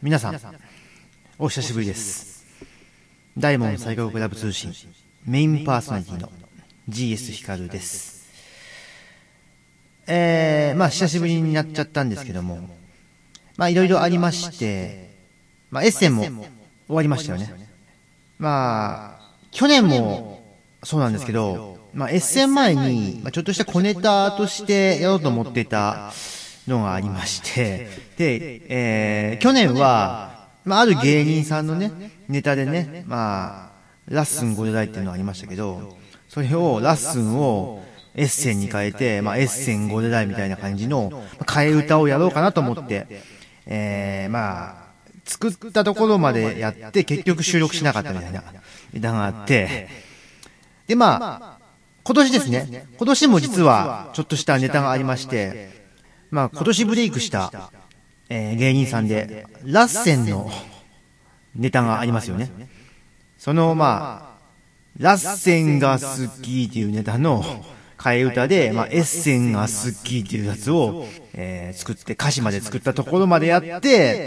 皆さんお久しぶりです。大門最強クラブ通信メインパーソナリティの GS ヒカルです。久しぶりになっちゃったんですけども、いろいろありまして、エッセンも終わりましたよね。去年もそうなんですけど、エッセン前に、ちょっとした小ネタとしてやろうと思っていたのがありまして、で、去年は、ある芸人さんのね、ネタでね、ラッスン5代っていうのがありましたけど、それを、ラッスンをエッセンに変えて、エッセン5代みたいな感じの、替え歌をやろうかなと思って、作ったところまでやって、結局収録しなかったみたいなネタがあって、で、今年ですね、今年も実は、ちょっとしたネタがありまして、今年ブレイクした、芸人さんで、ラッセンのネタがありますよね。その、ラッセンが好きっていうネタの替え歌で、エッセンが好きっていうやつを、作って、歌詞まで作ったところまでやって、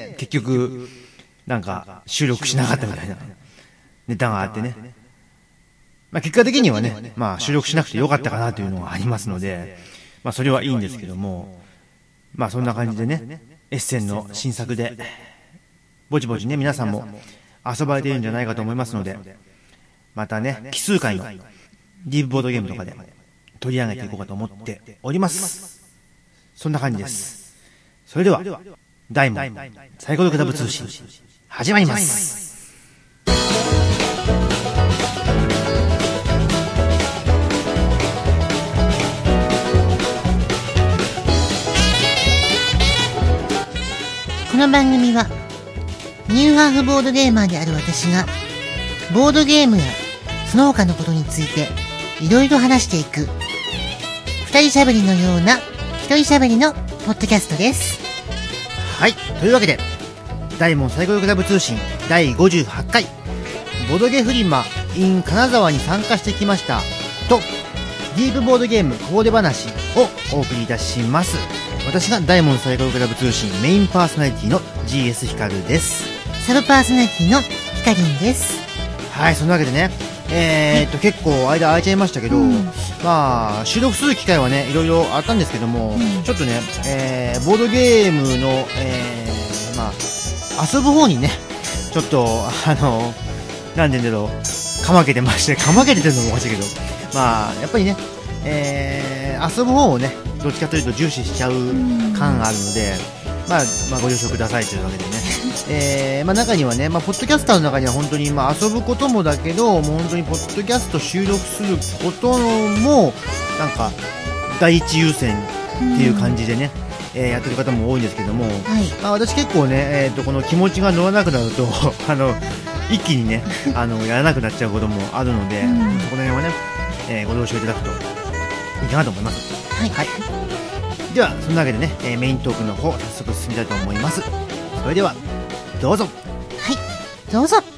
結局、収録しなかったみたいなネタがあってね。結果的にはね、収録しなくてよかったかなというのがありますので、それはいいんですけども、そんな感じでね、エッセンの新作で、ぼちぼちね、皆さんも遊ばれているんじゃないかと思いますので、またね、奇数回のディープボードゲームとかで取り上げていこうかと思っております。そんな感じです。それでは、大門サイコロクラブ通信、始まります。 この番組はニューハーフボードゲーマーである私がボードゲームやその他のことについていろいろ話していく二人喋りのような一人喋りのポッドキャストです。 はい、というわけで大門サイコロクラブ通信第58回ボドゲフリマ in 金沢に参加してきましたとディープボードゲームコーデ話をお送りいたします。私が大門サイコロクラブ通信メインパーソナリティの GS ヒカルです。 サブパーソナリティのヒカリンです。 はい、そんなわけでね、結構間空いちゃいましたけど、収録する機会はねいろいろあったんですけども、ちょっとね、ボードゲームの、遊ぶ方にねちょっとなんでだろうかまけてまして、かまけてるのもおかしいけど、やっぱりね、遊ぶ方をねどっちかというと重視しちゃう感があるので、ご了承くださいというわけでね、中にはね、ポッドキャスターの中には本当に遊ぶこともだけど、もう本当にポッドキャスト収録することも第一優先っていう感じでね、やってる方も多いんですけども、私結構ね、この気持ちが乗らなくなると一気にねやらなくなっちゃうこともあるので、そこら辺はね、ご了承いただくといいかなと思います。はい、ではそんなわけでね、メイントークの方早速進みたいと思います。それではどうぞ。 はい、どうぞ。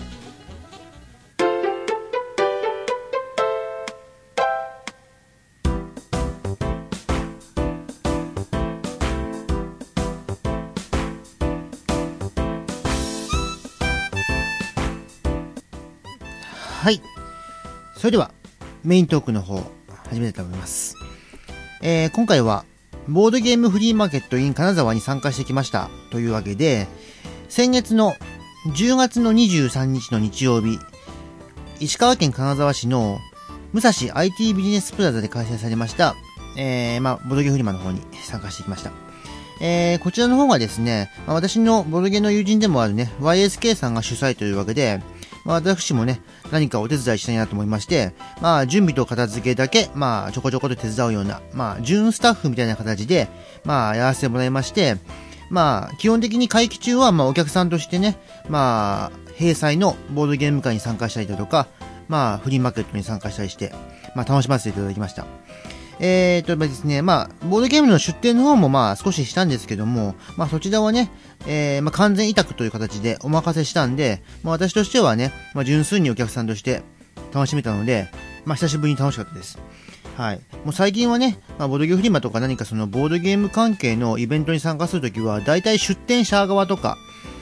はい、それではメイントークの方始めたいと思います。今回はボードゲームフリーマーケット in 金沢に参加してきましたというわけで、先月の10月の23日の日曜日、石川県金沢市の武蔵 IT ビジネスプラザで開催されました、ボードゲームフリマの方に参加してきました。こちらの方がですね、私のボードゲームの友人でもあるね YSK さんが主催というわけで、私もね何かお手伝いしたいなと思いまして、準備と片付けだけちょこちょこと手伝うような準スタッフみたいな形でやらせてもらいまして、基本的に会期中はお客さんとしてね閉鎖のボードゲーム会に参加したりだとかフリーマーケットに参加したりして楽しませていただきました。ですね、ボードゲームの出店の方も少ししたんですけども、そちらはね、完全委託という形でお任せしたんで、私としてはね、純粋にお客さんとして楽しめたので、久しぶりに楽しかったです。はい。もう最近はね、ボードゲームフリマとか何かそのボードゲーム関係のイベントに参加するときは、大体出店者側とか、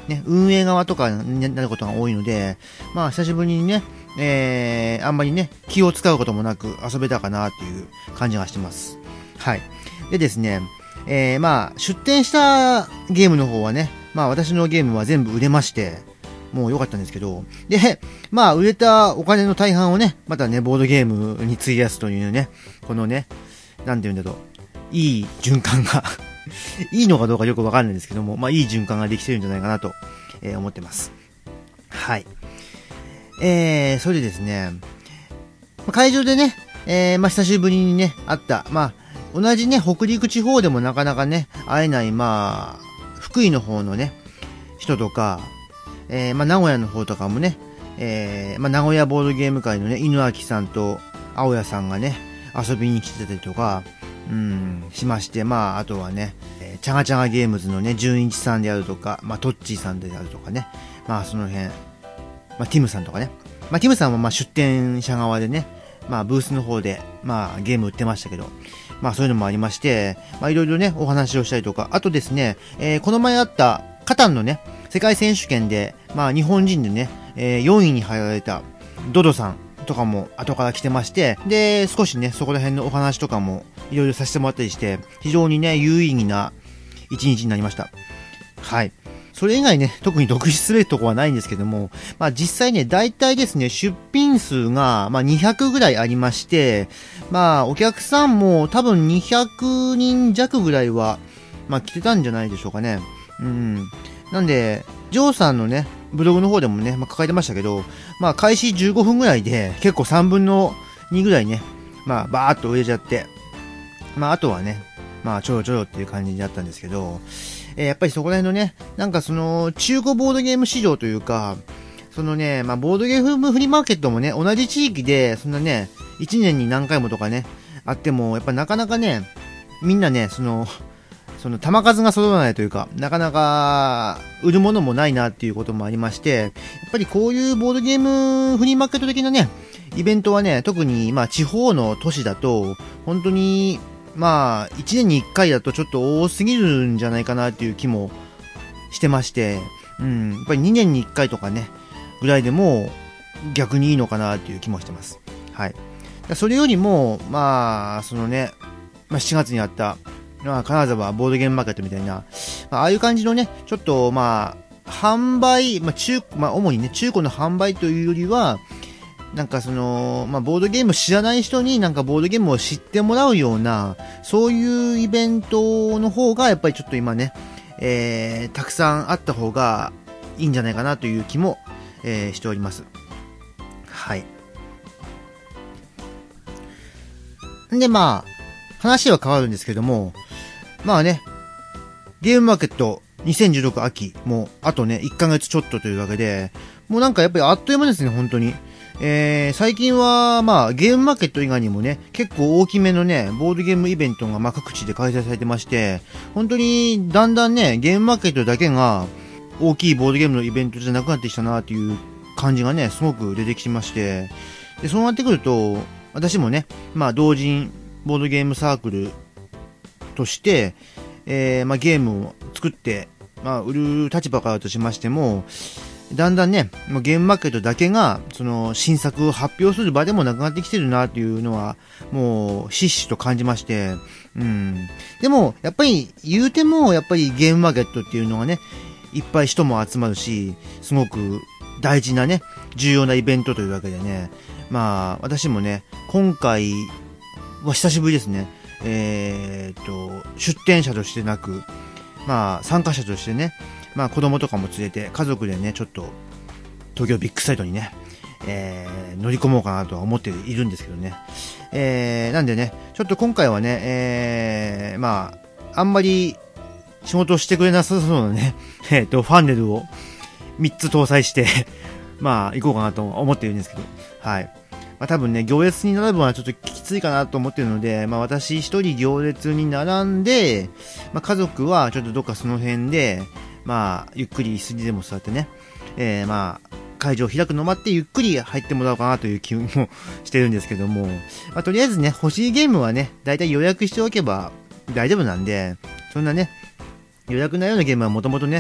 ね、運営側とかになることが多いので、まあ、久しぶりにね、あんまりね、気を使うこともなく遊べたかなっていう感じがしてます。はい。でですね、まあ、出展したゲームの方はね、まあ、私のゲームは全部売れまして、もう良かったんですけど、で、まあ、売れたお金の大半をね、またね、ボードゲームに費やすというね、このね、なんて言うんだろう、いい循環がいいのかどうかよくわかんないんですけども、まあ、いい循環ができてるんじゃないかなと、思ってます。はい。それでですね、会場でね、まあ、久しぶりにね、会った、まあ、同じね、北陸地方でもなかなかね、会えない、まあ、福井の方のね、人とか、まあ、名古屋の方とかもね、まあ、名古屋ボードゲーム会のね、犬明さんと青谷さんがね、遊びに来てたりとか、しまして、まあ、あとはね、チャガチャガゲームズのね、純一さんであるとか、まあ、トッチーさんであるとかね、まあ、その辺、まあ、ティムさんとかね、まあ、ティムさんはまあ、出店者側でね、まあ、ブースの方で、まあ、ゲーム売ってましたけど、まあ、そういうのもありまして、まあ、いろいろね、お話をしたりとか、あとですね、この前あった、カタンのね、世界選手権で、まあ、日本人でね、4位に入られた、ドドさんとかも後から来てまして、で、少しね、そこら辺のお話とかも、いろいろさせてもらったりして、非常にね、有意義な一日になりました。はい。それ以外ね、特に独筆するとこはないんですけども、まあ実際ね、大体ですね、出品数が、まあ200ぐらいありまして、まあお客さんも多分200人弱ぐらいは、まあ来てたんじゃないでしょうかね。なんで、ジョーさんのね、ブログの方でもね、まあ抱えてましたけど、まあ開始15分ぐらいで、結構3分の2ぐらいね、まあバーっと売れちゃって、まああとはね、まあちょろちょろっていう感じになったんですけど、やっぱりそこら辺のね、なんかその、中古ボードゲーム市場というか、そのね、まあ、ボードゲームフリーマーケットもね、同じ地域で、そんなね、1年に何回もとかね、あっても、やっぱなかなかね、みんなね、その、玉数が揃わないというか、なかなか、売るものもないなっていうこともありまして、やっぱりこういうボードゲームフリーマーケット的なね、イベントはね、特に、まあ、地方の都市だと、本当に、まあ、1年に1回だとちょっと多すぎるんじゃないかなっていう気もしてまして、やっぱり2年に1回とかね、ぐらいでも逆にいいのかなっていう気もしてます。はい。それよりも、まあ、そのね、まあ、7月にあった、まあ、金沢ボードゲームマーケットみたいな、まあ、ああいう感じのね、ちょっと、まあ、販売、まあ、主にね、中古の販売というよりは、なんかその、まあ、ボードゲーム知らない人になんかボードゲームを知ってもらうような、そういうイベントの方がやっぱりちょっと今ね、たくさんあった方がいいんじゃないかなという気も、しております。はい。で、まあ、話は変わるんですけども、まあね、ゲームマーケット2016秋、もうあとね、1ヶ月ちょっとというわけで、もうなんかやっぱりあっという間ですね、本当に。最近は、まあ、ゲームマーケット以外にもね、結構大きめのね、ボードゲームイベントが、まあ、各地で開催されてまして、本当に、だんだんね、ゲームマーケットだけが、大きいボードゲームのイベントじゃなくなってきたなっていう感じがね、すごく出てきまして、で、そうなってくると、私もね、まあ、同人、ボードゲームサークルとして、まあ、ゲームを作って、まあ、売る立場からとしましても、だんだんね、もうゲームマーケットだけが、その、新作を発表する場でもなくなってきてるなっていうのは、もう、ひしひしと感じまして、でも、やっぱり、言うても、やっぱりゲームマーケットっていうのがね、いっぱい人も集まるし、すごく大事なね、重要なイベントというわけでね、まあ、私もね、今回は久しぶりですね、出展者としてなく、まあ、参加者としてね、まあ子供とかも連れて家族でね、ちょっと東京ビッグサイトにね、乗り込もうかなとは思っているんですけどね。なんでね、ちょっと今回はね、まあ、あんまり仕事をしてくれなさそうなね、ファンネルを3つ搭載して、まあ、行こうかなと思っているんですけど、はい。まあ多分ね、行列に並ぶのはちょっときついかなと思ってるので、まあ私一人行列に並んで、まあ家族はちょっとどっかその辺で、まあ、ゆっくり椅子にでも座ってね、まあ、会場を開くのを待ってゆっくり入ってもらおうかなという気もしてるんですけども、まあ、とりあえずね、欲しいゲームはね、だいたい予約しておけば大丈夫なんで、そんなね、予約ないようなゲームはもともとね、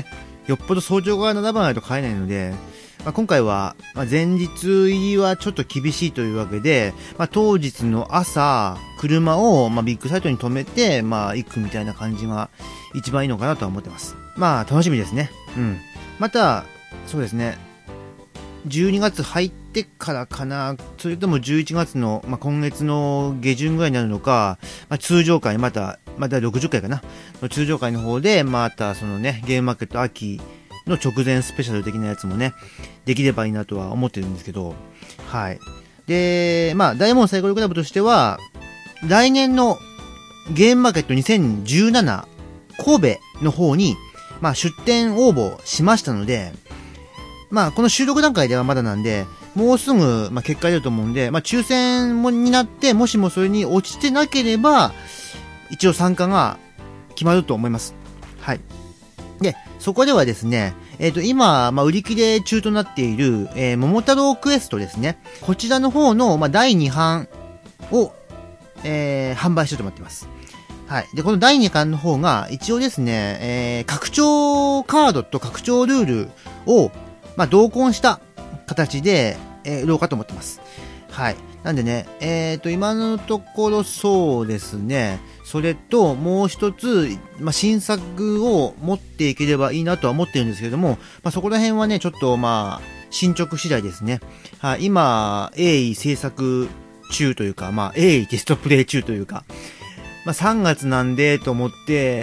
よっぽど早朝から並ばないと買えないので、今回は、前日入りはちょっと厳しいというわけで、当日の朝、車を、ビッグサイトに止めて、行くみたいな感じが一番いいのかなとは思ってます。楽しみですね。うん。また、そうですね。12月入ってからかな、それとも11月の、今月の下旬ぐらいになるのか、通常回、また60回かな、通常回の方で、またそのね、ゲームマーケット秋の直前スペシャル的なやつもね、できればいいなとは思ってるんですけど、はい。で、ダイヤモンドサイコロクラブとしては、来年のゲームマーケット2017神戸の方に、出店応募しましたので、この収録段階ではまだなんで、もうすぐ、結果出ると思うんで、抽選になって、もしもそれに落ちてなければ、一応参加が決まると思います。はい。で、そこではですね、今、売り切れ中となっている、桃太郎クエストですね。こちらの方の、第2版を、販売しようと思っています。はい。で、この第2巻の方が、一応ですね、拡張カードと拡張ルールを、同梱した形で、売ろうかと思ってます。はい。なんでね、今のところそうですね、それともう一つ、新作を持っていければいいなとは思ってるんですけども、そこら辺はね、ちょっと進捗次第ですね。はい。今、鋭意制作中というか、鋭意テストプレイ中というか、3月なんでと思って、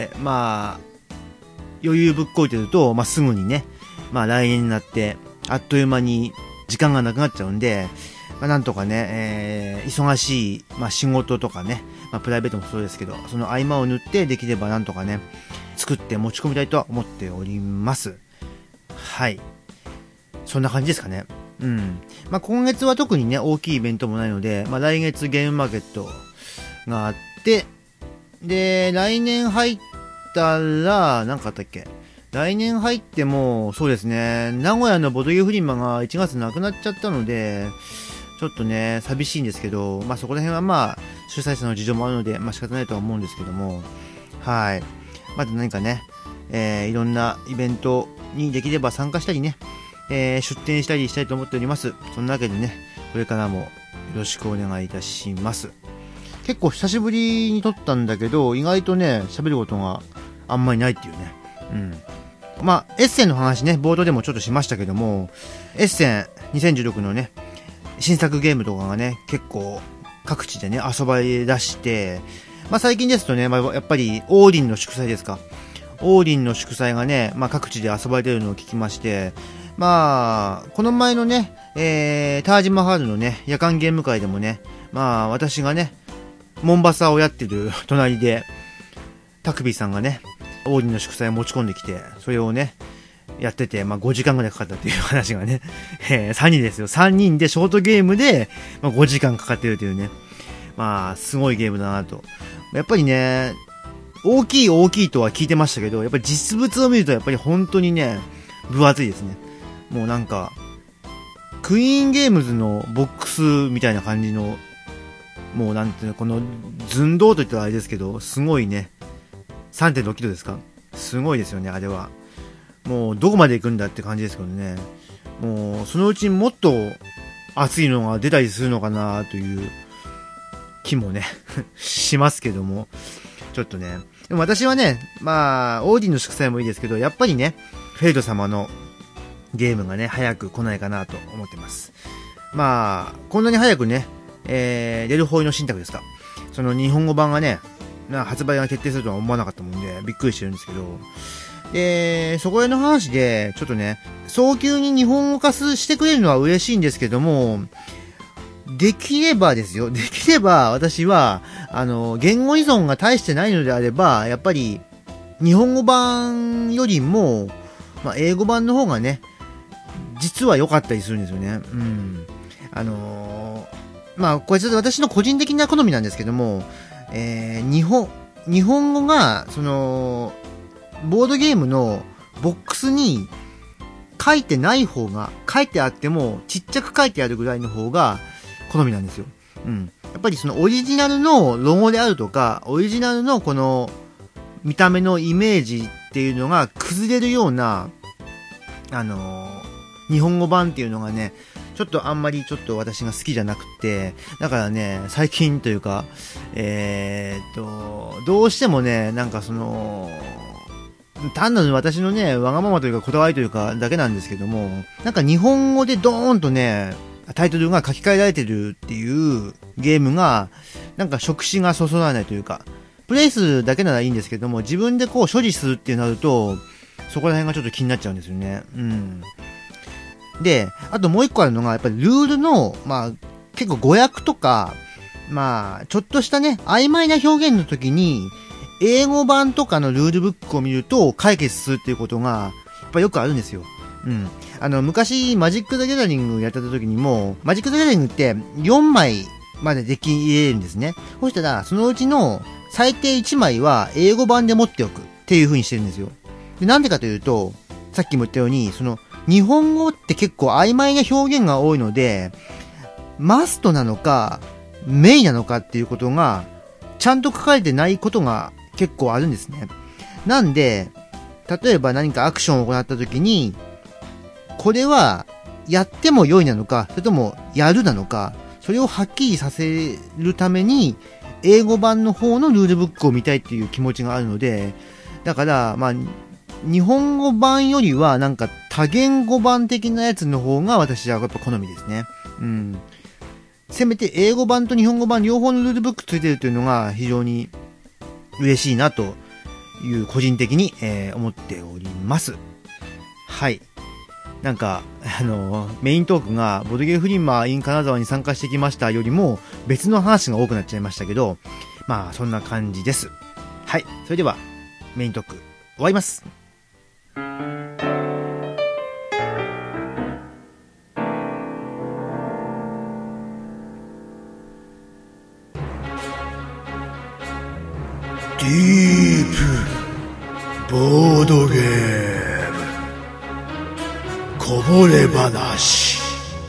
余裕ぶっこいてると、すぐにね、来年になって、あっという間に時間がなくなっちゃうんで、なんとかね、忙しい、仕事とかね、プライベートもそうですけど、その合間を縫ってできればなんとかね、作って持ち込みたいとは思っております。はい。そんな感じですかね。うん。今月は特にね、大きいイベントもないので、来月ゲームマーケットがあって、で、来年入ったら、なんかあったっけ？来年入っても、そうですね、名古屋のボドゲフリマが1月なくなっちゃったので、ちょっとね、寂しいんですけど、そこら辺は主催者の事情もあるので、仕方ないとは思うんですけども、はい。まず何かね、いろんなイベントにできれば参加したりね、出展したりしたいと思っております。そんなわけでね、これからもよろしくお願いいたします。結構久しぶりに撮ったんだけど、意外とね、喋ることがあんまりないっていうね。うん。エッセンの話ね、ボードでもちょっとしましたけども、エッセン2016のね、新作ゲームとかがね、結構各地でね、遊ばれ出して、最近ですとね、やっぱりオーディンの祝祭ですか。オーディンの祝祭がね、各地で遊ばれてるのを聞きまして、この前のね、タージマハルのね、夜間ゲーム会でもね、私がね、モンバサをやってる隣で、タクビさんがね、オーディンの祝祭を持ち込んできて、それをね、やってて、5時間ぐらいかかったっていう話がね、3人ですよ。3人でショートゲームで、5時間かかってるというね、すごいゲームだなと。やっぱりね、大きいとは聞いてましたけど、やっぱり実物を見るとやっぱり本当にね、分厚いですね。もうなんか、クイーンゲームズのボックスみたいな感じの、もうなんていうの、この寸胴と言ったらあれですけど、すごいね、3.6 キロですか？すごいですよね、あれは。もうどこまで行くんだって感じですけどね。もうそのうちにもっと熱いのが出たりするのかなという気もねしますけども、ちょっとね。でも私はね、オーディンの祝祭もいいですけど、やっぱりね、フェイド様のゲームがね、早く来ないかなと思ってます。こんなに早くね、デルホイの信託ですか。その日本語版がね、発売が決定するとは思わなかったもんで、びっくりしてるんですけど、で、そこへの話で、ちょっとね、早急に日本語化してくれるのは嬉しいんですけども、できれば私は、言語依存が大してないのであれば、やっぱり、日本語版よりも、英語版の方がね、実は良かったりするんですよね。うん。これちょっと私の個人的な好みなんですけども、日本語が、ボードゲームのボックスに書いてない方が、書いてあってもちっちゃく書いてあるぐらいの方が好みなんですよ。うん。やっぱりそのオリジナルのロゴであるとか、オリジナルのこの見た目のイメージっていうのが崩れるような日本語版っていうのがね、ちょっとあんまりちょっと私が好きじゃなくて、だからね、最近というか、どうしてもね、なんか単なる私のね、わがままというかこだわりというかだけなんですけども、なんか日本語でドーンとね、タイトルが書き換えられてるっていうゲームが、なんか触手がそそらないというか、プレイ数だけならいいんですけども、自分でこう所持するってなると、そこら辺がちょっと気になっちゃうんですよね。うん。で、あともう一個あるのが、やっぱりルールの、まあ、結構語訳とか、まあ、ちょっとしたね、曖昧な表現の時に、英語版とかのルールブックを見ると解決するっていうことが、やっぱよくあるんですよ。うん。昔、マジック・ザ・ギャザリングやってた時にも、マジック・ザ・ギャザリングって4枚まででき入れるんですね。そしたら、そのうちの最低1枚は英語版で持っておくっていう風にしてるんですよ。で、なんでかというと、さっきも言ったように、日本語って結構曖昧な表現が多いので、マストなのか、メインなのかっていうことが、ちゃんと書かれてないことが結構あるんですね。なんで、例えば何かアクションを行った時に、これはやっても良いなのか、それともやるなのか、それをはっきりさせるために、英語版の方のルールブックを見たいっていう気持ちがあるので、だから、まあ、日本語版よりはなんか多言語版的なやつの方が私はやっぱ好みですね。うん。せめて英語版と日本語版両方のルールブックついてるというのが非常に嬉しいなという個人的に、思っております。はい。なんか、メイントークがボードゲームフリマ in 金沢に参加してきましたよりも別の話が多くなっちゃいましたけど、まあそんな感じです。はい。それではメイントーク終わります。 ディープボードゲームこぼれ話。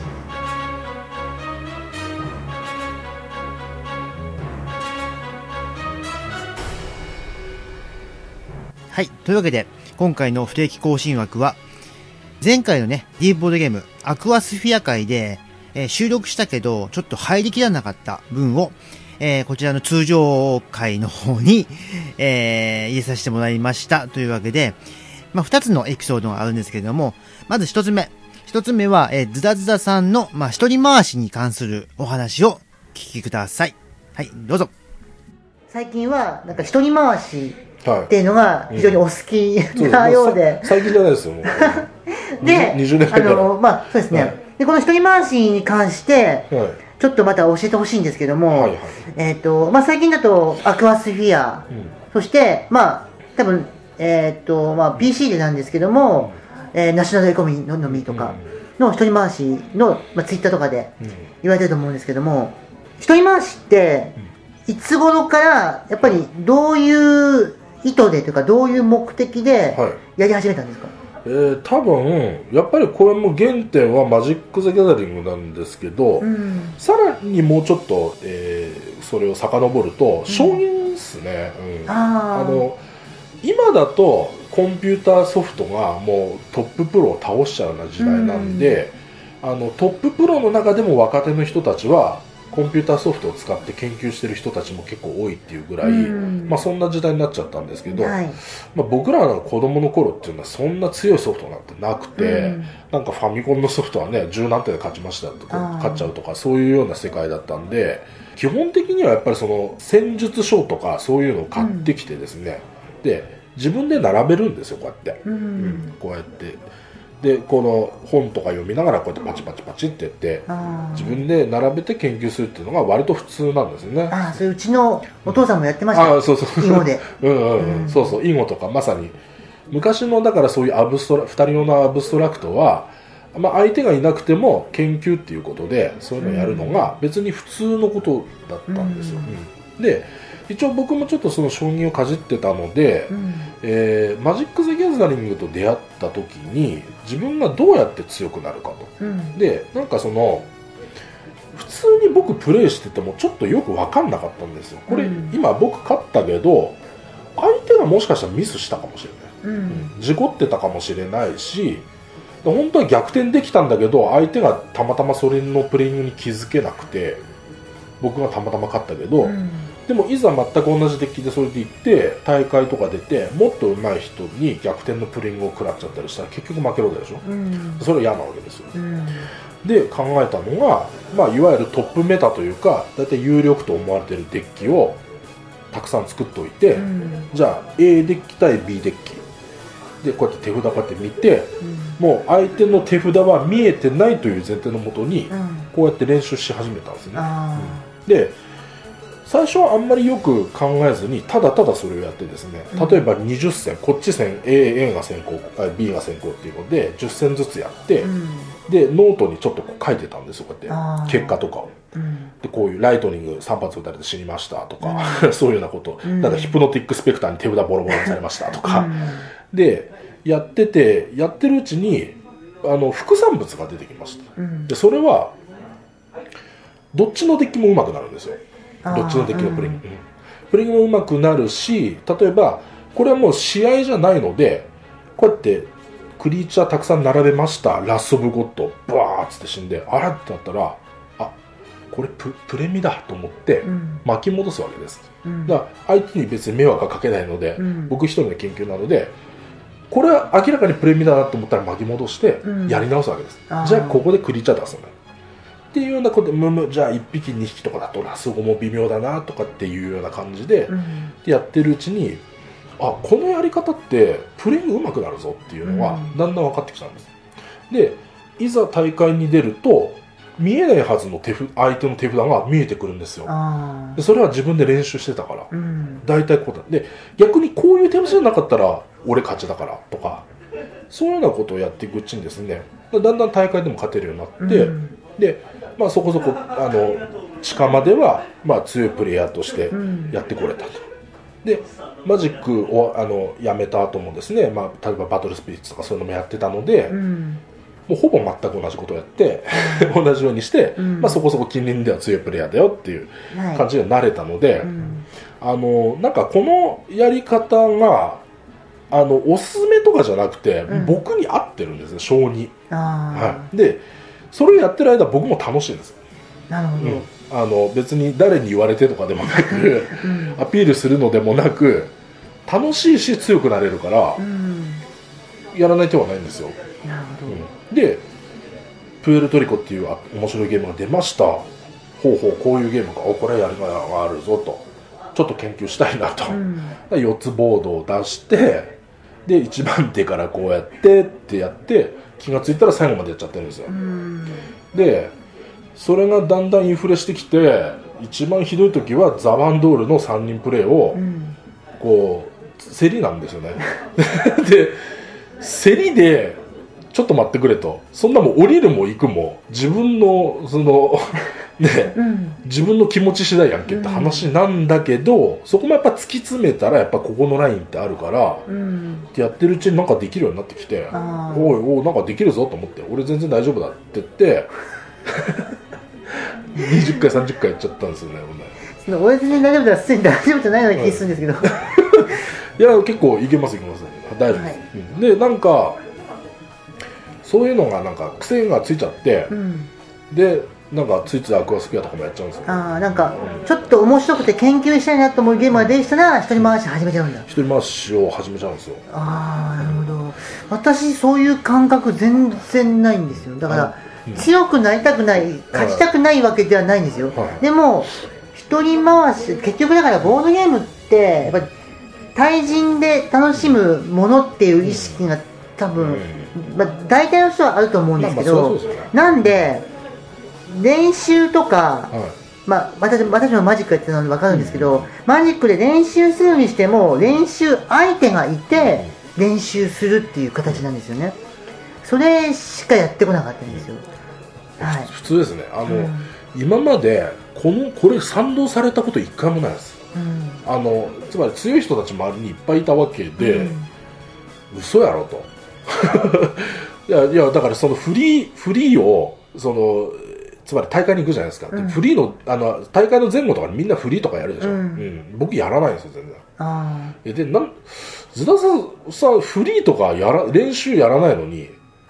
はい。というわけで、今回の不定期更新枠は、前回のね、ディープボードゲーム、アクアスフィア会で、収録したけど、ちょっと入りきらなかった分を、こちらの通常回の方に、入れさせてもらいましたというわけで、まあ、2つのエピソードがあるんですけれども、まず1つ目。1つ目は、ズダズダさんの、まあ、一人回しに関するお話を聞きください。はい、どうぞ。 最近は、なんか一人回しっていうのが非常にお好きなようで。 最近じゃないですよ、もう。 で、 20年前から。 まあ、そうですね。で、この一人回しに関して、ちょっとまた教えてほしいんですけども、まあ、最近だとアクアスフィア、そして、まあ、多分、まあ、PC でなんですけども、ナショナルエコノミーとかの一人回しの、まあ、ツイッターとかで言われてると思うんですけども、一人回しって、いつ頃からやっぱりどういう意図でというかどういう目的でやり始めたんですか？ 多分やっぱりこれも原点はマジック・ザ・ギャザリングなんですけど、さらにもうちょっと、それを遡ると将棋ですね。今だとコンピューターソフトがもうトッププロを倒しちゃうような時代なんで、トッププロの中でも若手の人たちはコンピューターソフトを使って研究してる人たちも結構多いっていうぐらい、まあ、そんな時代になっちゃったんですけど、まあ、僕らの子供の頃っていうのはそんな強いソフトなんてなくて、なんかファミコンのソフトはね十何手で勝ちましたとか勝っちゃうとかそういうような世界だったんで、基本的にはやっぱりその戦術書とかそういうのを買ってきてですね、で自分で並べるんですよ、こうやって、こうやってでこの本とか読みながらこうやってパチパチパチってやって自分で並べて研究するっていうのが割と普通なんですよね。 それうちのお父さんもやってました。 そうそう囲碁でそうそう囲碁とかまさに昔のだからそういう2人用のアブストラクトは、まあ、相手がいなくても研究っていうことでそういうのをやるのが別に普通のことだったんですよ。で一応僕もちょっとその将棋をかじってたので、マジック・ザ・ギャザリングと出会った時に自分がどうやって強くなるかと、でなんかその普通に僕プレイしててもちょっとよく分かんなかったんですよ。これ、今僕勝ったけど相手がもしかしたらミスしたかもしれない、事故ってたかもしれないし、 本当は逆転できたんだけど、相手がたまたまそれのプレイングに気づけなくて僕がたまたま勝ったけど、でもいざ全く同じデッキでそれでいって大会とか出てもっと上手い人に逆転のプレイングを食らっちゃったりしたら結局負けるわけでしょ、それは嫌なわけですよ、で考えたのが、いわゆるトップメタというかだいたい有力と思われているデッキをたくさん作っておいて、じゃあ A デッキ対 B デッキでこうやって手札こうやって見て、もう相手の手札は見えてないという前提のもとにこうやって練習し始めたんですね、で最初はあんまりよく考えずにただただそれをやってですね、例えば20戦こっち戦 A が先行 B が先行っていうので10戦ずつやって、でノートにちょっとこう書いてたんですよ、こうやって結果とかを、でこういうライトニング3発撃たれて死にましたとか、そういうようなこと、だからヒプノティックスペクターに手札ボロボロにされましたとか、でやってるうちに副産物が出てきました、でそれはどっちのデッキも上手くなるんですよ。どっちのデッキのプレイング、プレイングも上手くなるし、例えばこれはもう試合じゃないのでこうやってクリーチャーたくさん並べました、ラスオブゴッドバーッつって死んであらってなったら、あこれプレミだと思って巻き戻すわけです、だから相手に別に迷惑はかけないので、僕一人の研究なのでこれは明らかにプレミだなと思ったら巻き戻してやり直すわけです、じゃあここでクリーチャー出すんだっていうようなことで、じゃあ1匹2匹とかだとラスゴも微妙だなとかっていうような感じでやってるうちに、このやり方ってプレイング上手くなるぞっていうのがだんだん分かってきたんです、でいざ大会に出ると見えないはずの相手の手札が見えてくるんですよ、でそれは自分で練習してたから、大体こうだで、逆にこういう手札じゃなかったら俺勝ちだからとか、そういうようなことをやっていくうちにですね、だんだん大会でも勝てるようになって、でそこそこ近場では、強いプレイヤーとしてやってこれたと、でマジックをやめた後もですね、例えばバトルスピリッツとかそういうのもやってたので、もうほぼ全く同じことをやって同じようにして、そこそこ近隣では強いプレイヤーだよっていう感じになれたので、なんかこのやり方がおすすめとかじゃなくて、僕に合ってるんですね、性に、でそれをやってる間僕も楽しいんです。 なるほど、 別に誰に言われてとかでもなく、アピールするのでもなく楽しいし強くなれるから、やらない手はないんですよ。 なるほど、 でプエルトリコっていう面白いゲームが出ました、ほうこういうゲームか、これやりがいがあるぞとちょっと研究したいなと、4つボードを出してで1番手からこうやってやって気がついたら最後までやっちゃってるんですよ、でそれがだんだんインフレしてきて、一番ひどい時はザ・バンドールの3人プレイをこう競りなんですよねで競りでちょっと待ってくれと、そんなもん降りるも行くも自分のね、自分の気持ち次第やんけって話なんだけど、そこもやっぱ突き詰めたらやっぱここのラインってあるから、ってやってるうちになんかできるようになってきて、おいなんかできるぞと思って、俺全然大丈夫だって言って20回30回やっちゃったんですよね。 俺全然大丈夫だ、すでに大丈夫じゃないような気するんですけどいや結構いけます大丈夫です、でなんかそういうのがなんか癖がついちゃって、でなんかついついアクアスクエアとかもやっちゃうんですよ。 なんかちょっと面白くて研究したいなと思うゲームが出てきたら一人回し始めちゃうんだ。 一人回しを始めちゃうんですよ。 なるほど。私そういう感覚全然ないんですよ。だから、強くなりたくない、勝ちたくないわけではないんですよ、でも一人回し、結局だからボードゲームってやっぱり対人で楽しむものっていう意識が多分、大体の人はあると思うんですけど、なんで練習とか、私もマジックやってるので分かるんですけど、マジックで練習するにしても練習相手がいて練習するっていう形なんですよね。それしかやってこなかったんですよ、 普通ですね。今までこれ賛同されたこと一回もないです、つまり強い人たち周りにいっぱいいたわけで、嘘やろといやだからそのフリーをつまり大会に行くじゃないですか、フリーの大会の前後とかにみんなフリーとかやるでしょ、僕やらないんですよ全然。でズダさんフリーとか練習やらないのに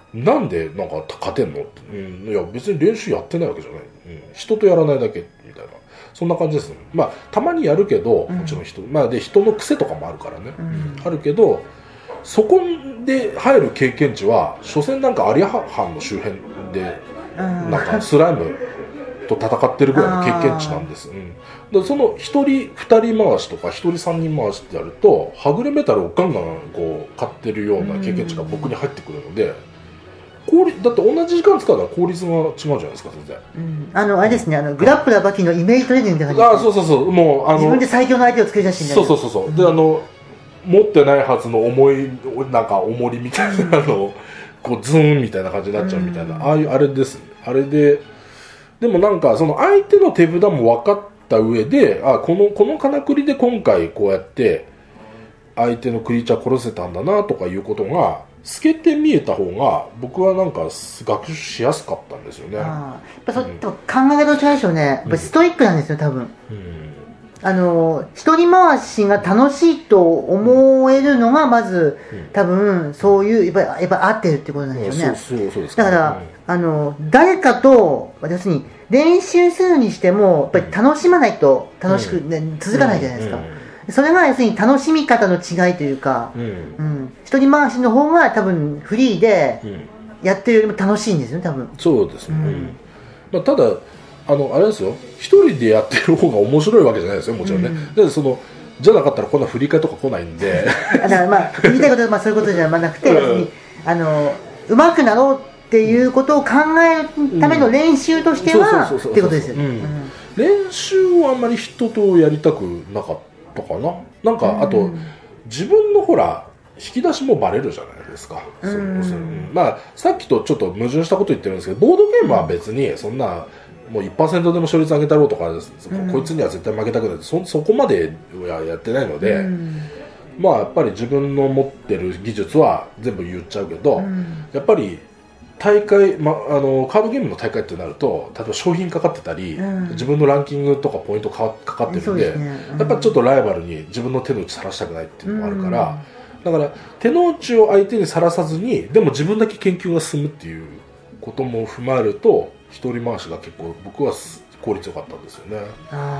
なんでなんか勝てんのって、いや別に練習やってないわけじゃない、人とやらないだけみたいな、そんな感じですね。まあたまにやるけど、もちろん人の癖とかもあるからね、あるけど、そこで入る経験値は所詮なんかアリア藩の周辺でなんかスライムと戦ってるぐらいの経験値なんです。でその1人2人回しとか1人3人回しってやるとはぐれメタルをガンガンこう買ってるような経験値が僕に入ってくるので、だって同じ時間使うのは効率が違うじゃないですか全然。 あれですね、グラップラーバキのイメージトレーニングみたいな感じで、 そうもう自分で最強の相手を作り出してみたいな。 そうで持ってないはずのなんか重りみたいなのをこうズーンみたいな感じになっちゃうみたいな、あれですね。あれでもなんかその相手の手札も分かった上で、この金繰りで今回こうやって相手のクリーチャー殺せたんだなとかいうことが透けて見えた方が僕はなんか学習しやすかったんですよね。 やっぱでも考え方と違うでしょうね。やっぱストイックなんですよ多分。一人回しが楽しいと思えるのがまず、多分そういうやっぱ合ってるってことなんですよね。 そうですだから、誰かと要するに練習するにしてもやっぱり楽しまないと楽しく、続かないじゃないですか。それが要するに楽しみ方の違いというか、一人回しの方が多分フリーでやってるよりも楽しいんですよね多分。 そうですね。ただあれですよ、一人でやってる方が面白いわけじゃないですよもちろんね。でじゃなかったらこんな振り替えとか来ないんでだから言いたいことはそういうことじゃなくて、要するに上手くなろうっていうことを考えるための練習としてはっていうことですよね。 練習をあんまり人とやりたくなかったかな。なんかあと自分のほら引き出しもバレるじゃないですか。さっきとちょっと矛盾したこと言ってるんですけど、ボードゲームは別にそんなもう 1% でも勝率上げたろうとか、こいつには絶対負けたくない、そこまではやってないので、やっぱり自分の持ってる技術は全部言っちゃうけど、やっぱり大会、カードゲームの大会ってなると例えば商品かかってたり、自分のランキングとかポイントかかってるんで、やっぱりちょっとライバルに自分の手の内さらしたくないっていうのがあるから、だから手の内を相手にさらさずにでも自分だけ研究が進むっていうことも踏まえると一人回しが結構僕は効率よかったんですよね。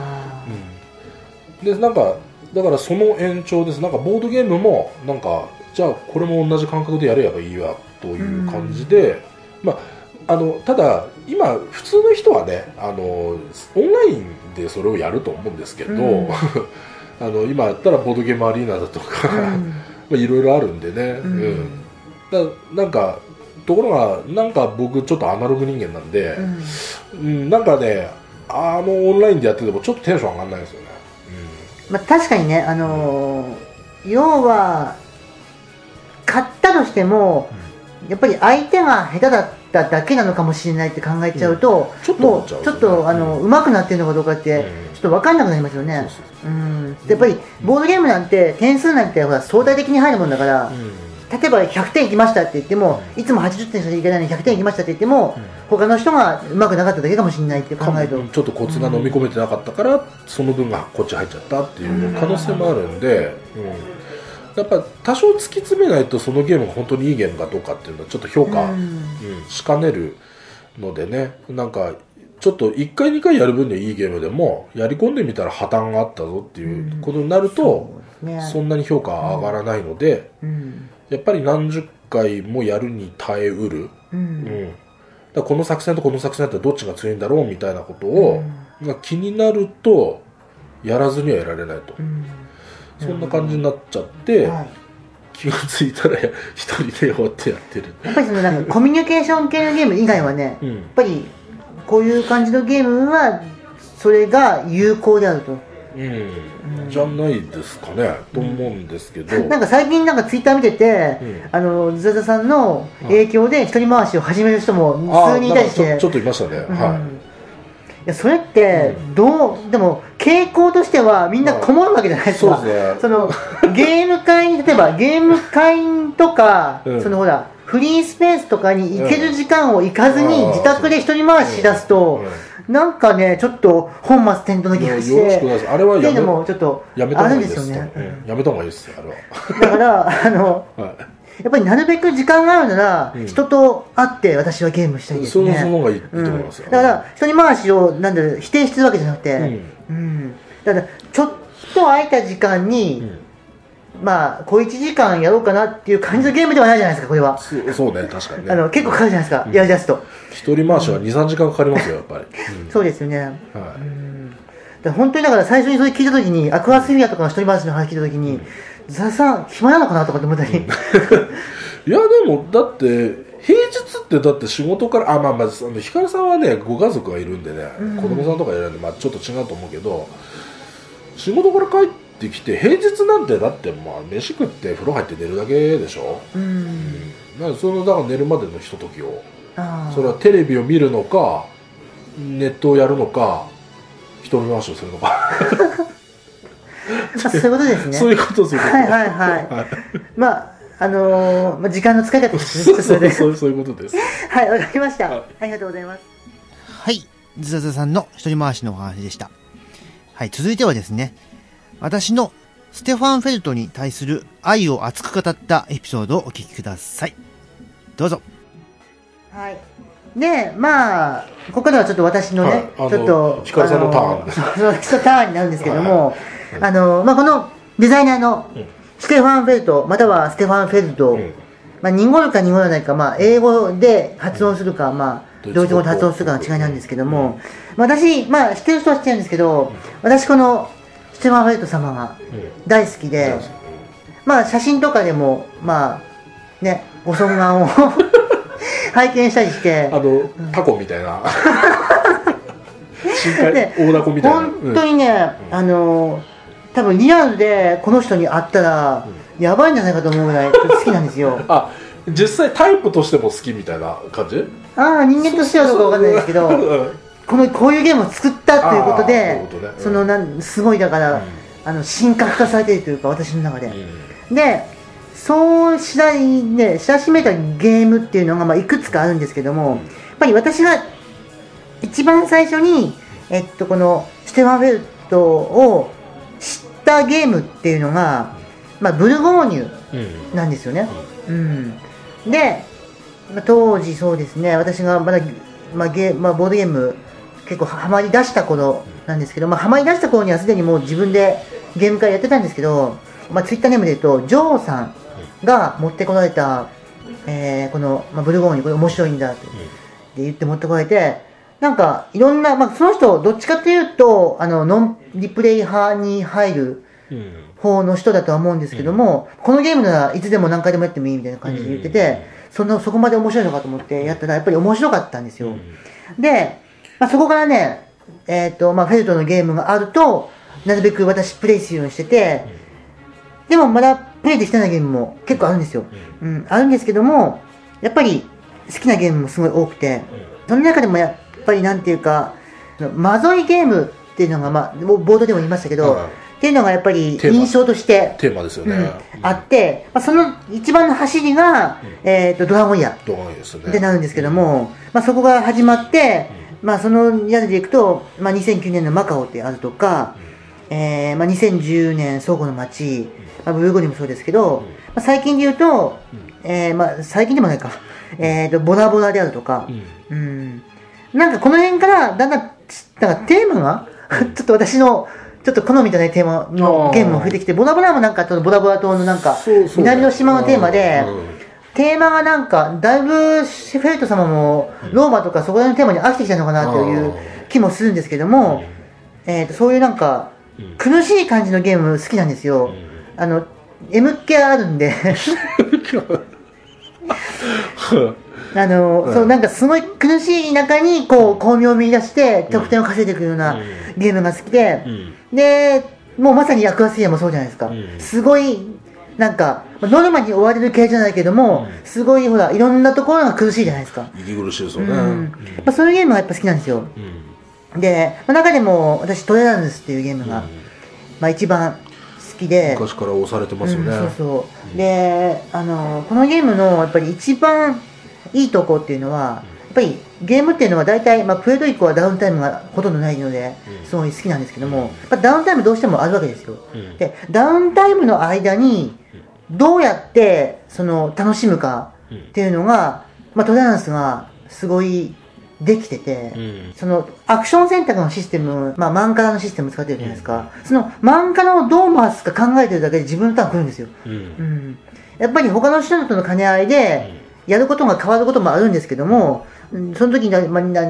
でなんかだからその延長です。なんかボードゲームもなんかじゃあこれも同じ感覚でやればいいわという感じで、ただ今普通の人はねオンラインでそれをやると思うんですけど、今やったらボードゲームアリーナだとかいろいろあるんでね、なんかところがなんか僕ちょっとアナログ人間なんで、なんかねオンラインでやっててもちょっとテンション上がらないですよね。 確かにね、要は買ったとしても、やっぱり相手が下手だっただけなのかもしれないって考えちゃうと、もうちょっと上手くなってるのかどうかってちょっと分かんなくなりますよね。やっぱりボードゲームなんて点数なんてほら相対的に入るもんだから、例えば100点いきましたって言っても、いつも80点しかいけないのに100点いきましたって言っても、他の人がうまくなかっただけかもしれないって考えると、 ちょっとコツが飲み込めてなかったから、その分がこっち入っちゃったっていう可能性もあるんで、やっぱ多少突き詰めないとそのゲームが本当にいいゲームかどうかっていうのはちょっと評価、しかねるのでね、なんかちょっと1回2回やる分にはいいゲームでもやり込んでみたら破綻があったぞっていうことになると、そんなに評価上がらないので、やっぱり何十回もやるに耐えうる、だこの作戦とこの作戦だったらどっちが強いんだろうみたいなことを、が気になるとやらずにはやられないと、そんな感じになっちゃって、気がついたら一人で終わってやってる。 やっぱりなんかコミュニケーション系のゲーム以外はね、やっぱりこういう感じのゲームはそれが有効であると。 じゃないですかね、と思うんですけど、 なんか最近なんかツイッター見てて、ズザさんの影響で一人回しを始める人も数人いたりして、 ちょっといましたね。 いやそれってでも傾向としてはみんなこもるわけじゃないですか。そのゲーム会に例えばゲーム会とか、そのほらフリースペースとかに行ける時間を行かずに自宅で一人回ししだすと、なんかねちょっと本末転倒な気がして、 あれはっていうのもちょっとあるんですよね。 やめた方がいいですよあれは。 だからやっぱりなるべく時間があるなら、人と会って私はゲームしたいですね。 その方がいいと思いますよ。 だから一人回しをなんだろう否定してるわけじゃなくて、だからちょっと空いた時間に、まあ小1時間やろうかなっていう感じのゲームではないじゃないですか、これは。 そうね、確かにね。 結構かかるじゃないですか、やりだすと。 一人回しは2、3時間かかりますよ、やっぱり。 そうですよね。本当にだから最初にそれ聞いたときに、アクアスフィアとかの一人回しの話聞いたときに、ザラさん暇なのかなとかって思ったり。 いやでもだって平日ってだって仕事からまあひかるさんはねご家族がいるんでね、子供さんとかいるんでちょっと違うと思うけど、仕事から帰ってきて平日なんてだって飯食って風呂入って寝るだけでしょ。だから寝るまでのひとときを、それはテレビを見るのかネットをやるのか一人回しをするのかそういうことですね。 そういうことですよ。 時間の使い方ですね。 そういうことです。 はい、わかりました。ありがとうございます。 はい、ズザザさんの一人回しのお話でした。はい、続いてはですね、私のステファン・フェルトに対する愛を熱く語ったエピソードをお聞きください。どうぞ。 はい。で、ここではちょっと私のね、ちょっとひかるさんのターンです。 私のターンになるんですけども、このデザイナーのステファン・フェルト、またはステファン・フェルト、濁るか濁らないか、英語で発音するか、ドイツ語で発音するかの違いなんですけども、私、知ってる人は知ってるんですけど、私このステファン・フェルト様が大好きで、写真とかでも、ご尊顔を拝見したりして、 タコみたいな深海大ダコみたいな、 本当にね、多分リアルでこの人に会ったらやばいんじゃないかと思うぐらい好きなんですよ。 実際タイプとしても好きみたいな感じ？ 人間としてはどうかわかんないですけどこういうゲームを作ったということで、すごいだから、神格化されているというか、私の中で、でそう知らしめたゲームっていうのがいくつかあるんですけども、やっぱり私が一番最初に、このステファン・フェルトを知ったゲームっていうのが、ブルゴーニュなんですよね。で、当時そうですね、私がまだ、ボードゲーム結構ハマり出した頃なんですけど、ハマり出した頃にはすでにもう自分でゲーム会やってたんですけど、ツイッターネームで言うとジョーさんが持ってこられた、この、ブルゴーニュこれ面白いんだって言って持ってこられて、なんかいろんな、その人どっちかというとノンリプレイ派に入る方の人だとは思うんですけども、このゲームならいつでも何回でもやってもいいみたいな感じで言ってて、そこまで面白いのかと思ってやったらやっぱり面白かったんですよ。で、そこからね、フェルトのゲームがあるとなるべく私プレイするようにしてて、でもまだプレイできてないゲームも結構あるんですよ。あるんですけども、やっぱり好きなゲームもすごい多くて、その中でもやっぱりなんていうか、まぞいゲームっていうのが、ボードでも言いましたけど、っていうのがやっぱり印象としてテーマですよね、 あって、その一番の走りが、ドラゴンイヤーってなるんですけども、そこが始まって、そのやつでいくと、2009年のマカオってあるとか、2010年倉庫の街、ブルゴーニュもそうですけど、最近で言うと、最近でもないか、ボラボラであるとか、なんかこの辺からだんだんテーマがちょっと私のちょっと好みじゃないテーマのゲームも増えてきて、ボラボラもなんかボラボラ島のなんか南の島のテーマで、テーマがなんかだいぶフェルト様もローマとかそこら辺のテーマに飽きてきたのかなという気もするんですけども、そういうなんか苦しい感じのゲーム好きなんですよ。M 系あるんでそうなんかすごい苦しい中に巧妙を見出して得点を稼いでいくようなゲームが好きで、でもうまさにアクアスフィアもそうじゃないですか。すごいなんかノルマに追われる系じゃないけども、すごいほらいろんなところが苦しいじゃないですか。 息苦しいですよね。 そういうゲームがやっぱ好きなんですよ。で中でも私トレランスっていうゲームが、一番好きで、 昔から押されてますよね。 でこのゲームのやっぱり一番いいとこっていうのは、やっぱりゲームっていうのは大体、プレート以降はダウンタイムがほとんどないので、すごい好きなんですけども、ダウンタイムどうしてもあるわけですよ。でダウンタイムの間にどうやって楽しむかっていうのが、トライアンスがすごいできてて、アクション選択のシステム、マンカラのシステム使ってるじゃないですか。そのマンカラをどう回すか考えてるだけで自分のターン来るんですよ。やっぱり他の人との兼ね合いで、やることが変わることもあるんですけども、その時に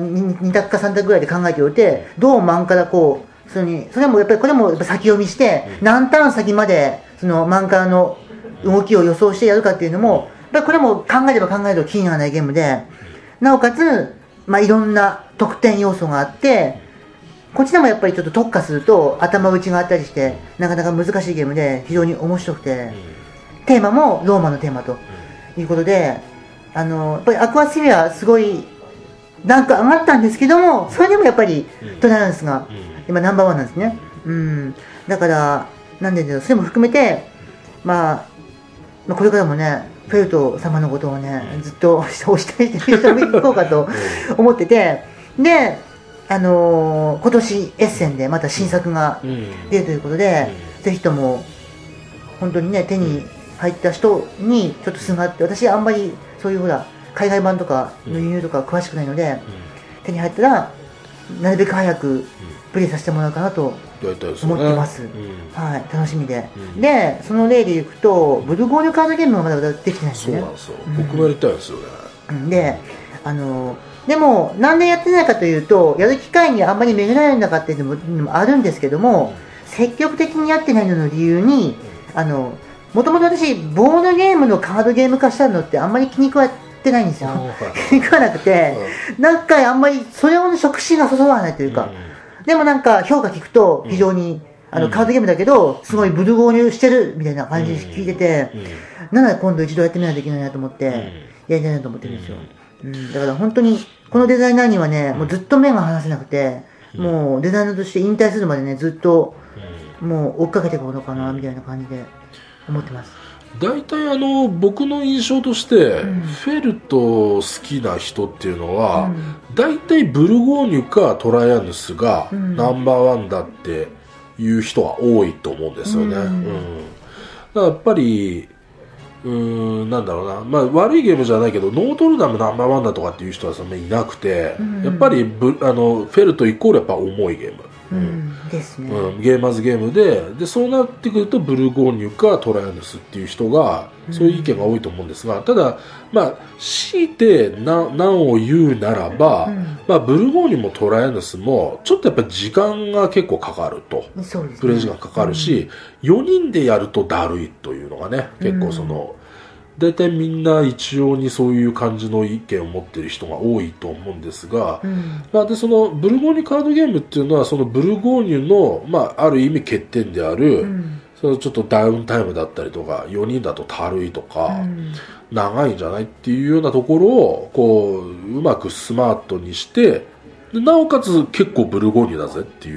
2択か3択ぐらいで考えておいて、どうマンカラそれもやっぱりこれも先読みして、何ターン先までマンカラの動きを予想してやるかっていうのも、やっぱりこれも考えれば考えると気にならないゲームで、なおかつ、いろんな得点要素があって、こっちでもやっぱりちょっと特化すると頭打ちがあったりして、なかなか難しいゲームで非常に面白くて、テーマもローマのテーマということで、やっぱりアクアスフィアすごいランク上がったんですけども、それでもやっぱりトライアンスが今ナンバーワンなんですね。だから、なんでだろう、それも含めて、これからもね、フェルト様のことをね、ずっと推したりしていこうかと思ってて、で、今年エッセンでまた新作が出るということで、ぜひとも、本当にね、手に入った人にちょっとすがって、私あんまりそういう海外版とかの輸入とか詳しくないので、手に入ったら、なるべく早くプレイさせてもらおうかなと思ってます。はい、楽しみで。で、その例でいくと、ブルゴーニュカードゲームがまだできてないんですね。 そうなんですよ。僕もやりたいですよね。 で、でも、なんでやってないかというと、やる機会にあんまり巡られなかったっていうのもあるんですけども、積極的にやってないのの理由に、もともと私、ボードゲームのカードゲーム化したのってあんまり気に食わってないんですよ。気に食わなくて、なんかあんまりそれを触手がそそらないというか、でもなんか評価聞くと非常に、カードゲームだけど、すごいブルゴーニュしてるみたいな感じで聞いてて、なら今度一度やってみないといけないなと思って、やりたいなと思ってるんですよ。だから本当に、このデザイナーにはね、もうずっと目が離せなくて、もうデザイナーとして引退するまでね、ずっと、もう追っかけていこうのかな、みたいな感じで思ってます。 大体僕の印象として、フェルト好きな人っていうのは、大体ブルゴーニュかトライアヌスがナンバーワンだっていう人は多いと思うんですよね。だからやっぱり、なんだろうな、悪いゲームじゃないけど、ノートルダムナンバーワンだとかっていう人はそんなにいなくて、やっぱりフェルトイコールやっぱ重いゲーム。 ですね。 ゲーマーズゲームで、そうなってくるとブルゴーニュかトライアヌスっていう人が、そういう意見が多いと思うんですが、ただ、強いて難を言うならば、ブルゴーニュもトライアヌスも、ちょっとやっぱり時間が結構かかると。 そうですね。 プレイ時間かかるし、4人でやるとだるいというのがね、結構大体みんな一様にそういう感じの意見を持っている人が多いと思うんですが、でそのブルゴーニュカードゲームっていうのはそのブルゴーニュの、ある意味欠点である、そのちょっとダウンタイムだったりとか4人だとたるいとか、長いんじゃないっていうようなところをうまくスマートにしてでなおかつ結構ブルゴーニュだぜっていう、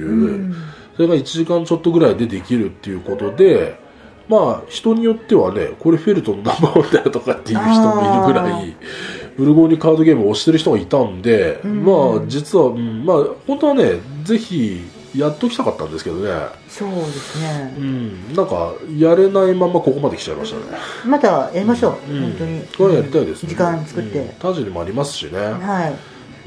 それが1時間ちょっとぐらいでできるっていうことで、人によってはね、これフェルトのナンバーワンだよとかっていう人もいるぐらい、ブルゴーニュカードゲームを推してる人がいたんで、実は、本当はね、ぜひやっときたかったんですけどね。 そうですね。 なんか、やれないままここまで来ちゃいましたね。 またやりましょう、本当に。 これやりたいですね。 時間作って。 タジにもありますしね。 はい。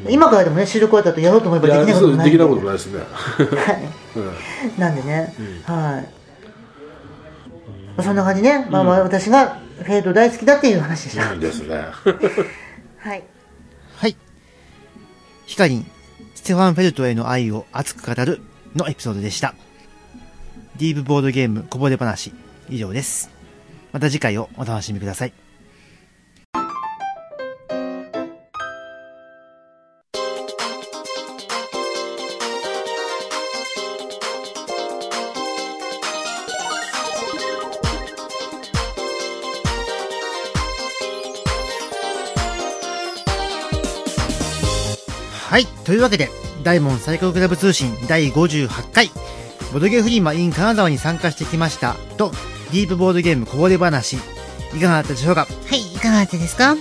今からでもね、収録終わった後やろうと思えばできないこともない。 できないこともないですね。 はい。なんでね、はい。そんな感じね、私がフェルト大好きだっていう話でした。 いいですね。 はい。 はい。ヒカリン、ステファン・フェルトへの愛を熱く語るのエピソードでした。ディープボードゲームこぼれ話、以上です。また次回をお楽しみください。はい。というわけで、大門サイコロクラブ通信第58回、ボドゲフリーマ in 金沢に参加してきましたと、ディープボードゲームこぼれ話、いかがだったでしょうか？ はい、いかがだったですか？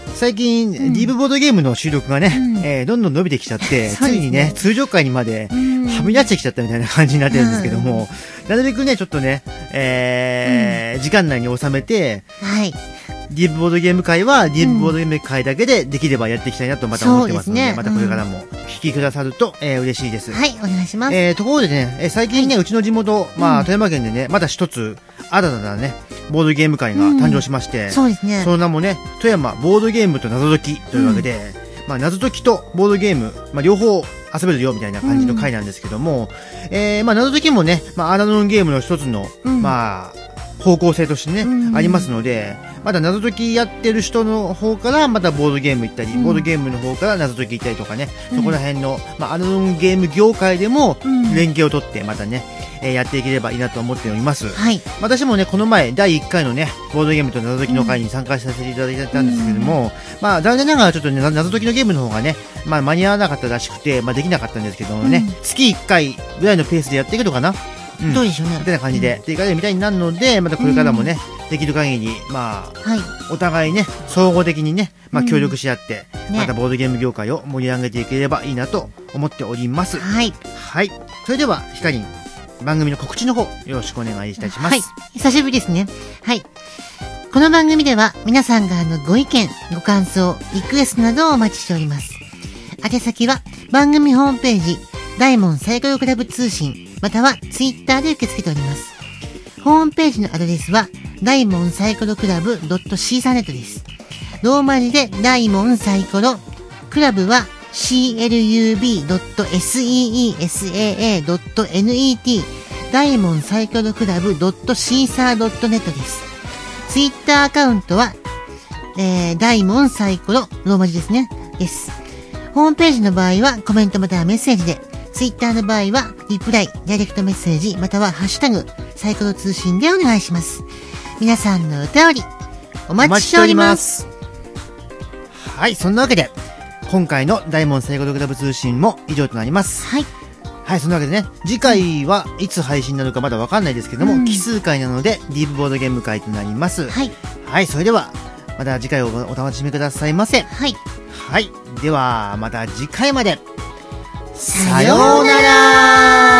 最近、ディープボードゲームの収録がね、どんどん伸びてきちゃって、ついにね、通常回にまではみ出してきちゃったみたいな感じになってるんですけども、なるべくね、ちょっとね、時間内に収めて、 はい。 ディープボードゲーム会は、ディープボードゲーム会だけでできればやっていきたいなとまた思ってますので、またこれからも聞きくださると、嬉しいです。 はい、お願いします。 ところでね、最近ね、うちの地元、富山県でね、まだ一つ、新たなね、ボードゲーム会が誕生しまして、 そうですね。 その名もね、富山ボードゲームと謎解きというわけで、謎解きとボードゲーム、両方遊べるよみたいな感じの会なんですけども、謎解きもね、アナログゲームの一つの、方向性としてね、ありますので、まだ謎解きやってる人の方からまたボードゲーム行ったり、ボードゲームの方から謎解き行ったりとかね、そこら辺の、アナログゲーム業界でも連携を取ってまたね、やっていければいいなと思っております。 はい。 私もね、この前、第1回のね、ボードゲームと謎解きの会に参加させていただいたんですけども、残念ながらちょっとね、謎解きのゲームの方がね、間に合わなかったらしくて、できなかったんですけどもね、月1回ぐらいのペースでやっていくのかな。 どうでしょうね。 みたいな感じで、っていかれるみたいになるので、またこれからもね、できる限り、お互いね、総合的にね、協力し合って、またボードゲーム業界を盛り上げていければいいなと思っております。 はい。 はい。それでは、ひかりん、番組の告知の方、よろしくお願いいたします。 はい。久しぶりですね。はい。この番組では、皆さんからのご意見、ご感想、リクエストなどをお待ちしております。宛先は、番組ホームページ、大門サイコロクラブ通信、またはツイッターで受け付けております。ホームページのアドレスは、大門サイコロクラブ .caesarnet です。ローマ字で大門サイコロ、クラブは club.seesaa.net 大門サイコロクラブ .caesar.net です。ツイッターアカウントは、大門サイコロ、ローマ字ですね。です。ホームページの場合はコメントまたはメッセージで、ツイッターの場合はリプライ、ダイレクトメッセージ、またはハッシュタグ、サイコロ通信でお願いします。皆さんのお便り、お待ちしております。 はい、そんなわけで、今回の大門サイコロクラブ通信も以上となります。 はい。 はい、そんなわけでね、次回はいつ配信なのかまだわかんないですけども、奇数回なので、ディープボードゲーム回となります。 はい。 はい、それでは、また次回をお楽しみくださいませ。 はい。 はい。では、また次回まで。 さようなら。